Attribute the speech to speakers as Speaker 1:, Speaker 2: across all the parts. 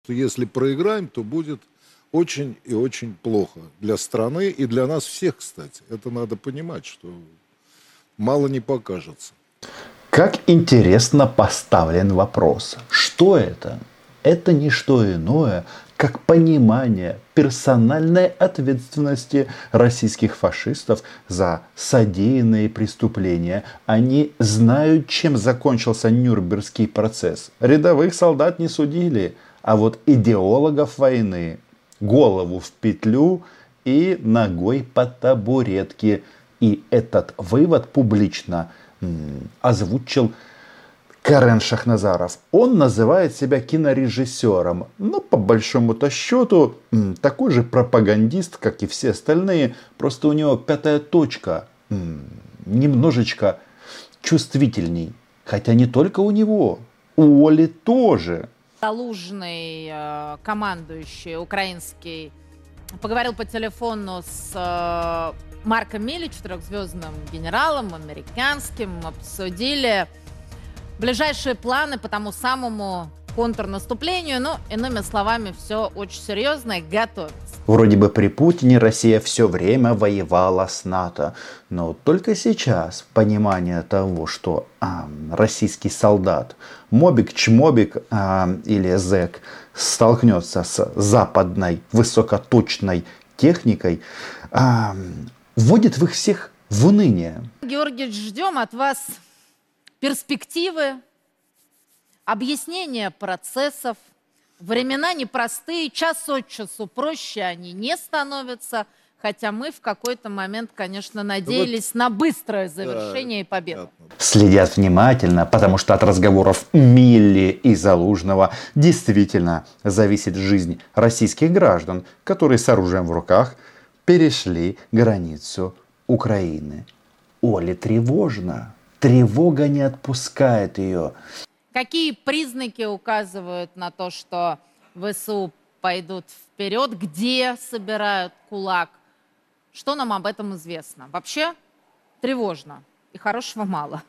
Speaker 1: Если проиграем, то будет очень и очень плохо для страны и для нас всех, кстати. Это надо понимать, что мало не покажется.
Speaker 2: Как интересно поставлен вопрос. Что это? Это не что иное, как понимание персональной ответственности российских фашистов за содеянные преступления. Они знают, чем закончился Нюрнбергский процесс. Рядовых солдат не судили, а вот идеологов войны голову в петлю и ногой по табуретке. И этот вывод публично озвучил Карен Шахназаров. Он называет себя кинорежиссером, но по большому-то счету такой же пропагандист, как и все остальные. Просто у него пятая точка немножечко чувствительней. Хотя не только у него, у Оли тоже.
Speaker 3: Залужный, командующий украинский, поговорил по телефону с Марком Милли, четырехзвездным генералом американским, обсудили ближайшие планы по тому самому контрнаступлению. Ну, иными словами, все очень серьезно и готовится.
Speaker 2: Вроде бы при Путине Россия все время воевала с НАТО. Но только сейчас понимание того, что российский солдат, мобик-чмобик или зэк столкнется с западной высокоточной техникой, вводит в их всех в уныние.
Speaker 3: Георгиевич, ждем от вас перспективы, объяснения процессов. Времена непростые, час от часу проще они не становятся, хотя мы в какой-то момент, конечно, надеялись на быстрое завершение и победу.
Speaker 2: Следят внимательно, потому что от разговоров Милли и Залужного действительно зависит жизнь российских граждан, которые с оружием в руках перешли границу Украины. Оле тревожно. Тревога не отпускает ее.
Speaker 3: Какие признаки указывают на то, что ВСУ пойдут вперед? Где собирают кулак? Что нам об этом известно? Вообще тревожно. И хорошего мало.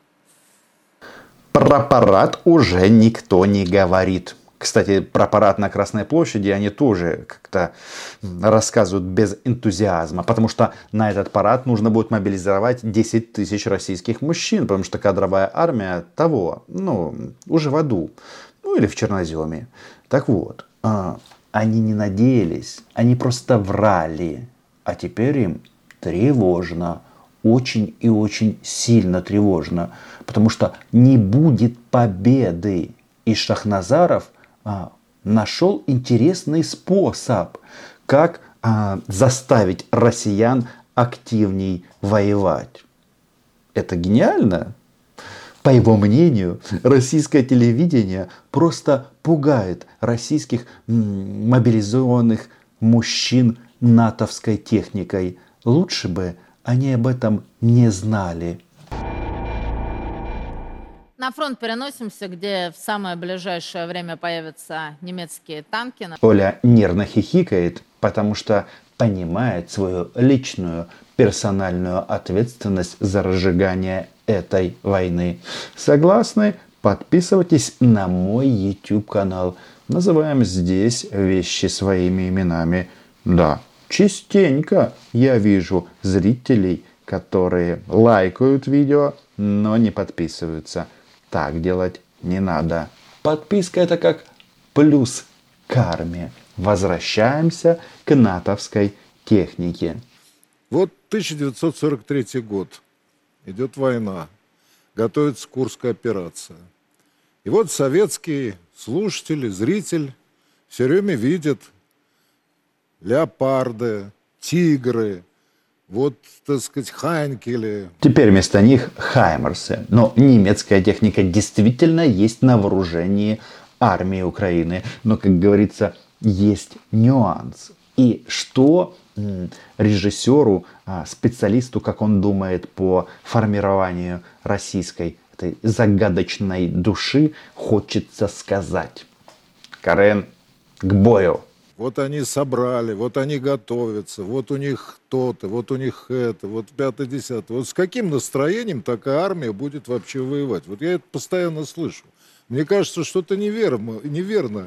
Speaker 2: Про парад уже никто не говорит. Кстати, про парад на Красной площади они тоже как-то рассказывают без энтузиазма, потому что на этот парад нужно будет мобилизовать 10 тысяч российских мужчин, потому что кадровая армия того, уже в аду, или в черноземе. Так вот, они не надеялись, они просто врали, а теперь им тревожно, очень и очень сильно тревожно, потому что не будет победы. И Шахназаров нашел интересный способ, как заставить россиян активней воевать. Это гениально. По его мнению, российское телевидение просто пугает российских мобилизованных мужчин натовской техникой. Лучше бы они об этом не знали.
Speaker 3: На фронт переносимся, где в самое ближайшее время появятся немецкие танки.
Speaker 2: Оля нервно хихикает, потому что понимает свою личную персональную ответственность за разжигание этой войны. Согласны? Подписывайтесь на мой YouTube канал. Называем здесь вещи своими именами. Да, частенько я вижу зрителей, которые лайкают видео, но не подписываются. Так делать не надо. Подписка — это как плюс к армии. Возвращаемся к натовской технике.
Speaker 1: Вот 1943 год. Идет война. Готовится Курская операция. И вот советский слушатель, зритель все время видит леопарды, тигры, вот, так сказать, Хайнкели.
Speaker 2: Теперь вместо них хаймерсы. Но немецкая техника действительно есть на вооружении армии Украины. Но, как говорится, есть нюанс. И что режиссеру, специалисту, как он думает, по формированию российской этой загадочной души, хочется сказать. Карен, к бою.
Speaker 1: Вот они собрали, вот они готовятся, вот у них то-то, вот у них это, вот пятое-десятое. Вот с каким настроением такая армия будет вообще воевать? Вот я это постоянно слышу. Мне кажется, что-то неверно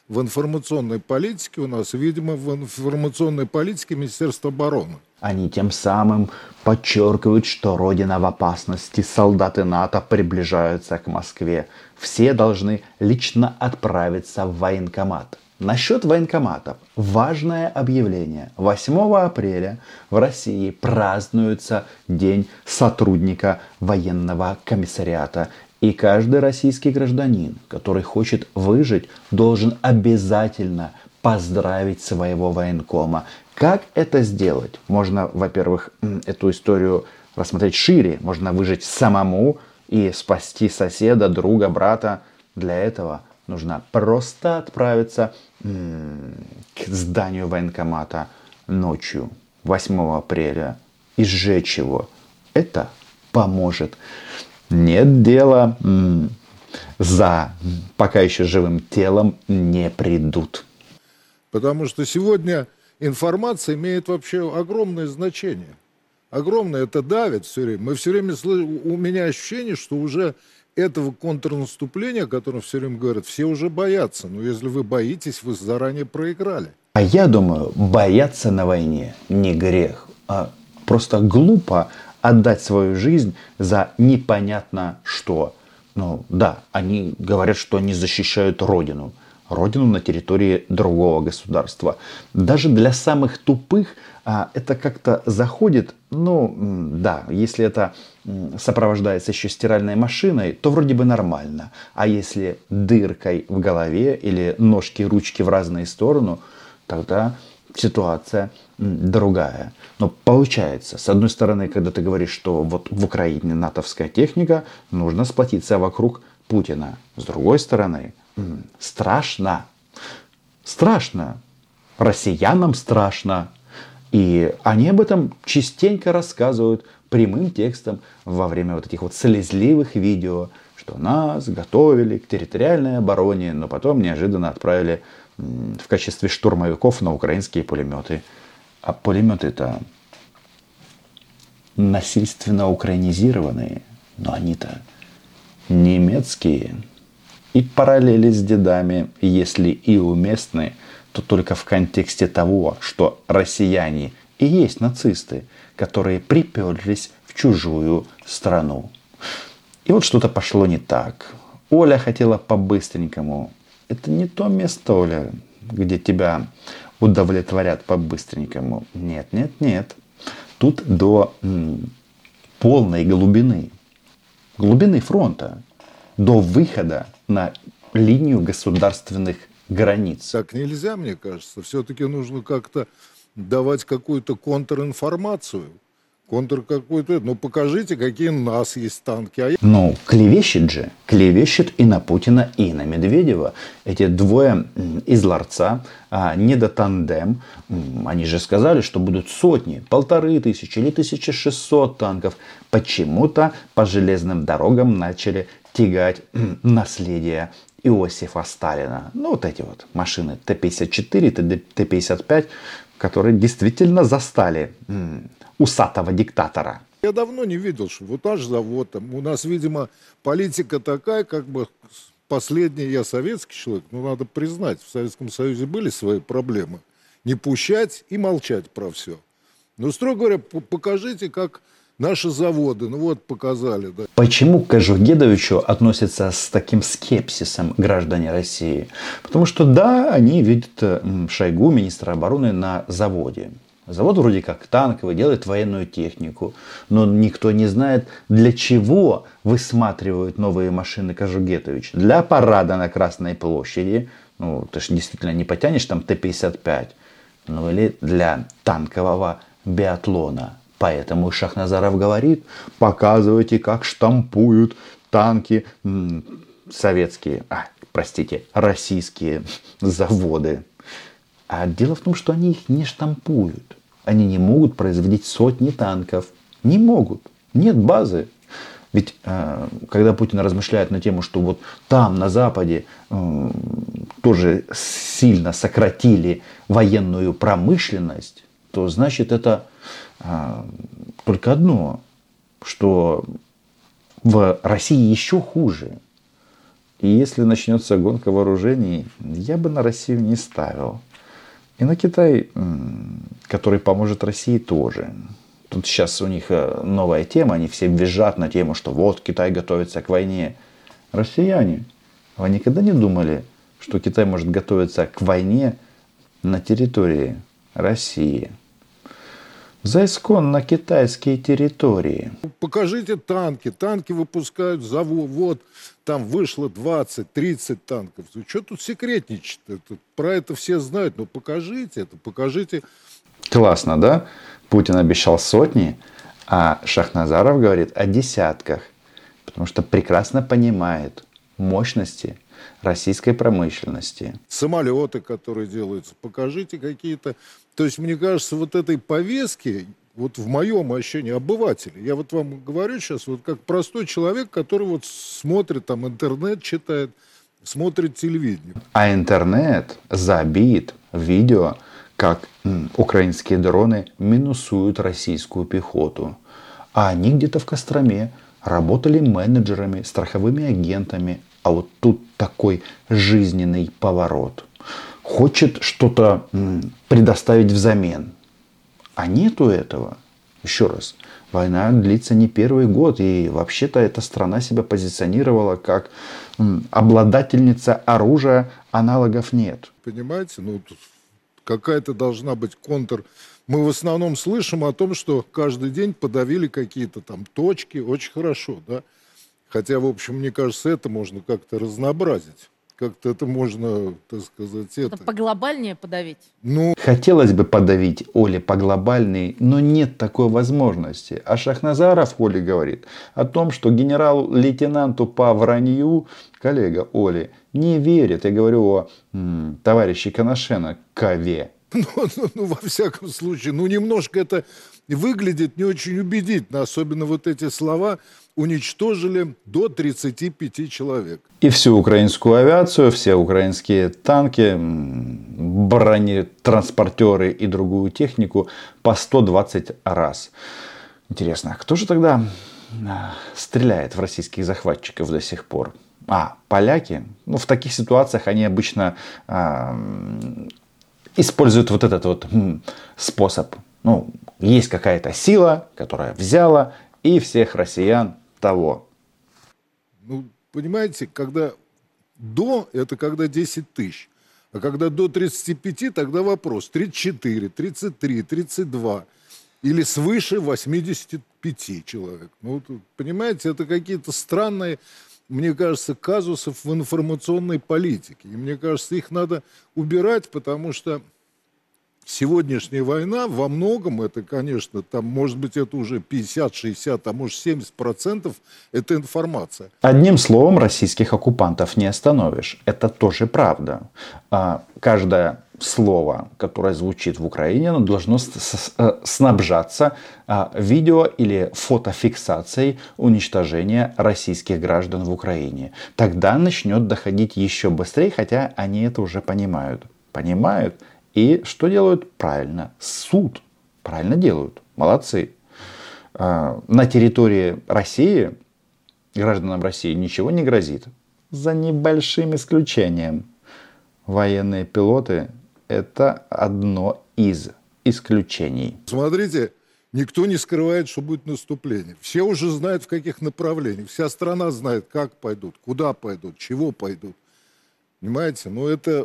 Speaker 1: в информационной политике у нас, видимо, в информационной политике Министерства обороны.
Speaker 2: Они тем самым подчеркивают, что Родина в опасности, солдаты НАТО приближаются к Москве. Все должны лично отправиться в военкомат. Насчет военкоматов. Важное объявление. 8 апреля в России празднуется День сотрудника военного комиссариата. И каждый российский гражданин, который хочет выжить, должен обязательно поздравить своего военкома. Как это сделать? Можно, во-первых, эту историю рассмотреть шире. Можно выжить самому и спасти соседа, друга, брата. Для этого нужно просто отправиться к зданию военкомата ночью 8 апреля и сжечь его. Это поможет. Нет дела, за пока еще живым телом не придут.
Speaker 1: Потому что сегодня информация имеет вообще огромное значение. Огромное, это давит все время. Мы все время у меня ощущение, что уже этого контрнаступления, о котором все время говорят, все уже боятся. Но если вы боитесь, вы заранее проиграли.
Speaker 2: А я думаю, бояться на войне не грех, а просто глупо отдать свою жизнь за непонятно что. Ну да, они говорят, что они защищают Родину. Родину на территории другого государства. Даже для самых тупых это как-то заходит. Ну да, если это сопровождается еще стиральной машиной, то вроде бы нормально. А если дыркой в голове или ножки-ручки в разные стороны, тогда ситуация другая. Но получается, с одной стороны, когда ты говоришь, что вот в Украине натовская техника, нужно сплотиться вокруг Путина. С другой стороны, страшно. Страшно. Россиянам страшно. И они об этом частенько рассказывают прямым текстом во время вот этих вот слезливых видео, что нас готовили к территориальной обороне, но потом неожиданно отправили в качестве штурмовиков на украинские пулеметы. А пулеметы-то насильственно украинизированные, но они-то немецкие. И параллели с дедами, если и уместны, то только в контексте того, что россияне и есть нацисты, которые приперлись в чужую страну. И вот что-то пошло не так. Оля хотела по-быстренькому. Это не то место, Оля, где тебя удовлетворят по-быстренькому. Нет, нет, нет. Тут до полной глубины фронта, до выхода на линию государственных границ.
Speaker 1: Так нельзя, мне кажется. Все-таки нужно как-то давать какую-то контринформацию. Ну, покажите, какие у нас есть танки.
Speaker 2: Ну, клевещет и на Путина, и на Медведева. Эти двое из ларца, недотандем, они же сказали, что будут сотни, 1500 или 1600 танков. Почему-то по железным дорогам начали тягать наследие Иосифа Сталина. Ну, вот эти вот машины Т-54, Т-55, которые действительно застали усатого диктатора.
Speaker 1: Я давно не видел, что вот наш завод, там, у нас, видимо, политика такая, как бы последний, я советский человек, но надо признать, в Советском Союзе были свои проблемы. Не пущать и молчать про все. Но, строго говоря, покажите, как наши заводы, ну вот показали. Да.
Speaker 2: Почему к Кожугедовичу относятся с таким скепсисом граждане России? Потому что да, они видят Шойгу, министра обороны, на заводе. Завод вроде как танковый, делает военную технику. Но никто не знает, для чего высматривают новые машины Кожугетович. Для парада на Красной площади. Ну, ты же действительно не потянешь там Т-55. Ну, или для танкового биатлона. Поэтому Шахназаров говорит, показывайте, как штампуют танки российские заводы. А дело в том, что они их не штампуют. Они не могут производить сотни танков. Не могут. Нет базы. Ведь когда Путин размышляет на тему, что вот там, на Западе, тоже сильно сократили военную промышленность, то значит это только одно, что в России еще хуже. И если начнется гонка вооружений, я бы на Россию не ставил. И на Китай, который поможет России, тоже. Тут сейчас у них новая тема, они все визжат на тему, что вот Китай готовится к войне. Россияне, вы никогда не думали, что Китай может готовиться к войне на территории России? Заискон на китайские территории.
Speaker 1: Покажите танки. Танки выпускают завод. Там вышло 20-30 танков. Что тут секретничать-то? Про это все знают. Но покажите это. Покажите.
Speaker 2: Классно, да? Путин обещал сотни, а Шахназаров говорит о десятках. Потому что прекрасно понимает мощности российской промышленности.
Speaker 1: Самолеты, которые делаются. Покажите какие-то... То есть, мне кажется, вот этой повестки, вот в моем ощущении обывателя, я вот вам говорю сейчас, вот как простой человек, который вот смотрит там интернет, читает, смотрит телевидение.
Speaker 2: А интернет забит видео, как украинские дроны минусуют российскую пехоту. А они где-то в Костроме работали менеджерами, страховыми агентами. А вот тут такой жизненный поворот. Хочет что-то предоставить взамен. А нету этого. Еще раз. Война длится не первый год. И вообще-то эта страна себя позиционировала как обладательница оружия. Аналогов нет.
Speaker 1: Понимаете? Ну, тут какая-то должна быть контр... Мы в основном слышим о том, что каждый день подавили какие-то там точки. Очень хорошо, да? Хотя, в общем, мне кажется, это можно как-то разнообразить. Как-то это можно, так сказать, это...
Speaker 3: Поглобальнее подавить.
Speaker 1: Ну,
Speaker 2: Хотелось бы подавить Оле по глобальной, но нет такой возможности. А Шахназаров Оле говорит о том, что генерал-лейтенанту по вранью, коллега Оли, не верит. Я говорю о товарище Коношенкове.
Speaker 1: ну, во всяком случае, ну, немножко это выглядит не очень убедительно. Особенно вот эти слова уничтожили до 35 человек.
Speaker 2: И всю украинскую авиацию, все украинские танки, бронетранспортеры и другую технику по 120 раз. Интересно, кто же тогда стреляет в российских захватчиков до сих пор? Поляки. Ну, в таких ситуациях они обычно используют вот этот вот способ. Ну, есть какая-то сила, которая взяла и всех россиян того.
Speaker 1: Ну, понимаете, когда до, это когда 10 тысяч. А когда до 35, тогда вопрос. 34, 33, 32. Или свыше 85 человек. Ну, понимаете, это какие-то странные, мне кажется, казусы в информационной политике. И мне кажется, их надо убирать, потому что сегодняшняя война во многом, это, конечно, там, может быть, это уже 50, 60, а может 70% это информация.
Speaker 2: Одним словом, российских оккупантов не остановишь. Это тоже правда. Каждое слово, которое звучит в Украине, оно должно снабжаться видео или фотофиксацией уничтожения российских граждан в Украине. Тогда начнет доходить еще быстрее, хотя они это уже понимают. Понимают. И что делают? Правильно. Суд. Правильно делают. Молодцы. На территории России гражданам России ничего не грозит. За небольшим исключением. Военные пилоты – это одно из исключений.
Speaker 1: Смотрите, никто не скрывает, что будет наступление. Все уже знают, в каких направлениях. Вся страна знает, как пойдут, куда пойдут, чего пойдут. Понимаете? Но это...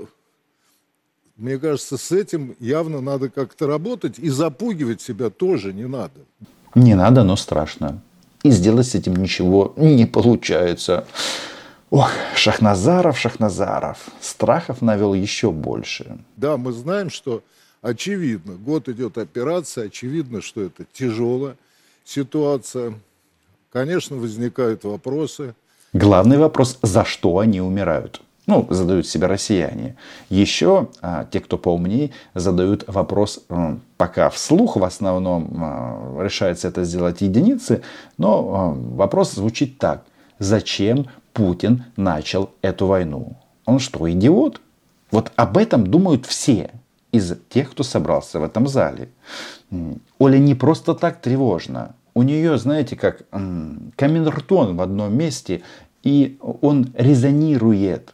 Speaker 1: Мне кажется, с этим явно надо как-то работать. И запугивать себя тоже не надо.
Speaker 2: Не надо, но страшно. И сделать с этим ничего не получается. Ох, Шахназаров. Страхов навел еще больше.
Speaker 1: Да, мы знаем, что очевидно, год идет операция, очевидно, что это тяжелая ситуация. Конечно, возникают вопросы.
Speaker 2: Главный вопрос, за что они умирают? Ну, задают себе россияне. Еще те, кто поумнее, задают вопрос, пока вслух в основном решается это сделать единицы, но вопрос звучит так. Зачем Путин начал эту войну? Он что, идиот? Вот об этом думают все из тех, кто собрался в этом зале. Оля не просто так тревожна. У нее, знаете, как каменный ртон в одном месте. и он резонирует.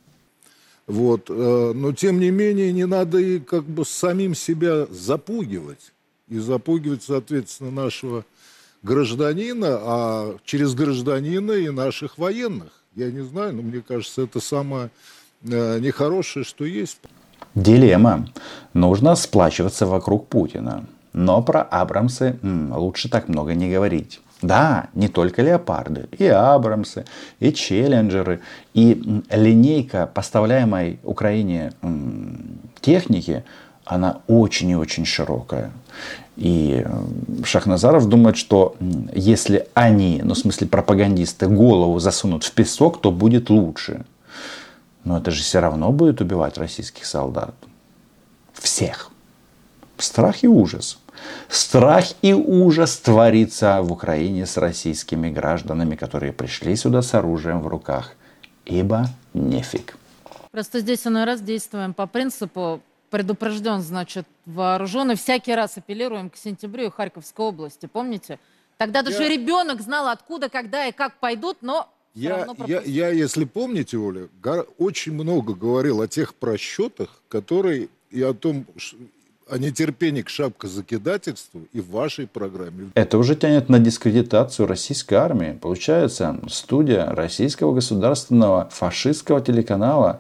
Speaker 1: Вот. Но тем не менее не надо и как бы самим себя запугивать. И запугивать, соответственно, нашего гражданина, а через гражданина и наших военных. Я не знаю, но мне кажется, это самое нехорошее, что есть.
Speaker 2: Дилемма. Нужно сплачиваться вокруг Путина. Но про Абрамсы лучше так много не говорить. Да, не только леопарды, и Абрамсы, и челленджеры, и линейка поставляемой Украине техники, она очень и очень широкая. И Шахназаров думает, что если они, ну в смысле пропагандисты, голову засунут в песок, то будет лучше. Но это же все равно будет убивать российских солдат. Всех. Страх и ужас. Страх и ужас творится в Украине с российскими гражданами, которые пришли сюда с оружием в руках. Ибо нефиг.
Speaker 3: Просто здесь иной раз действуем по принципу предупрежден, значит, вооружен. И всякий раз апеллируем к сентябрю и Харьковской области. Помните? Тогда даже ребенок знал, откуда, когда и как пойдут, но все равно пропустил.
Speaker 1: Если помните, Оля, очень много говорил о тех просчетах, которые и о том, о нетерпении к шапкозакидательству и в вашей программе.
Speaker 2: Это уже тянет на дискредитацию российской армии. Получается, студия российского государственного фашистского телеканала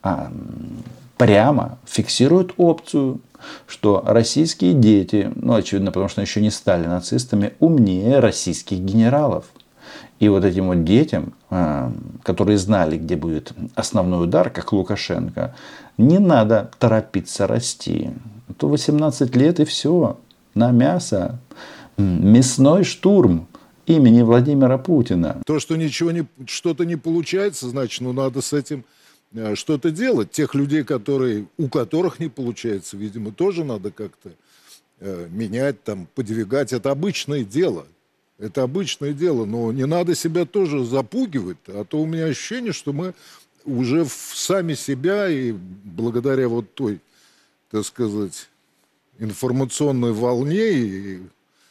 Speaker 2: прямо фиксирует опцию, что российские дети, ну очевидно, потому что еще не стали нацистами, умнее российских генералов. И вот этим вот детям, которые знали, где будет основной удар, как Лукашенко, не надо торопиться расти. То 18 лет и все. На мясо. Мясной штурм имени Владимира Путина.
Speaker 1: То, что что-то не получается, значит, надо с этим что-то делать. Тех людей, у которых не получается, видимо, тоже надо как-то менять, подвигать. Это обычное дело. Это обычное дело, но не надо себя тоже запугивать, а то у меня ощущение, что мы уже сами себя и благодаря вот той, так сказать, информационной волне,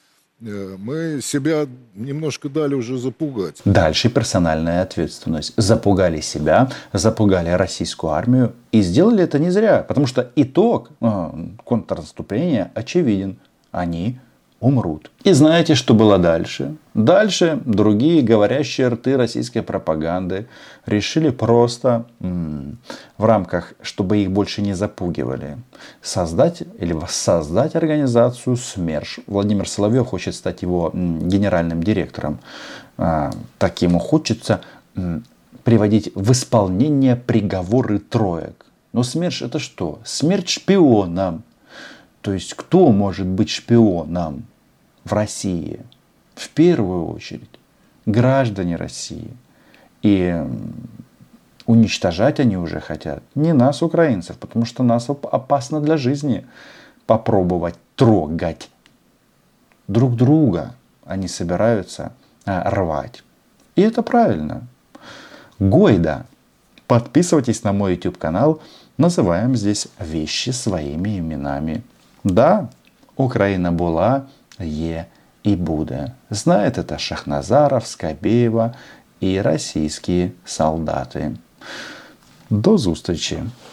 Speaker 1: мы себя немножко дали уже запугать.
Speaker 2: Дальше персональная ответственность. Запугали себя, запугали российскую армию и сделали это не зря, потому что итог контрнаступления очевиден. Они умрут. И знаете, что было дальше? Дальше другие говорящие рты российской пропаганды решили просто в рамках, чтобы их больше не запугивали, создать или воссоздать организацию СМЕРШ. Владимир Соловьев хочет стать его генеральным директором. Так ему хочется приводить в исполнение приговоры троек. Но СМЕРШ это что? Смерть шпионам. То есть, кто может быть шпионом в России? В первую очередь, граждане России. И уничтожать они уже хотят не нас, украинцев, потому что нас опасно для жизни попробовать трогать. Друг друга они собираются рвать. И это правильно. Гойда. Подписывайтесь на мой YouTube канал. Называем здесь вещи своими именами. Да, Украина була, є і буде. Знает это Шахназаров, Скабеева и российские солдаты. До зустрічі!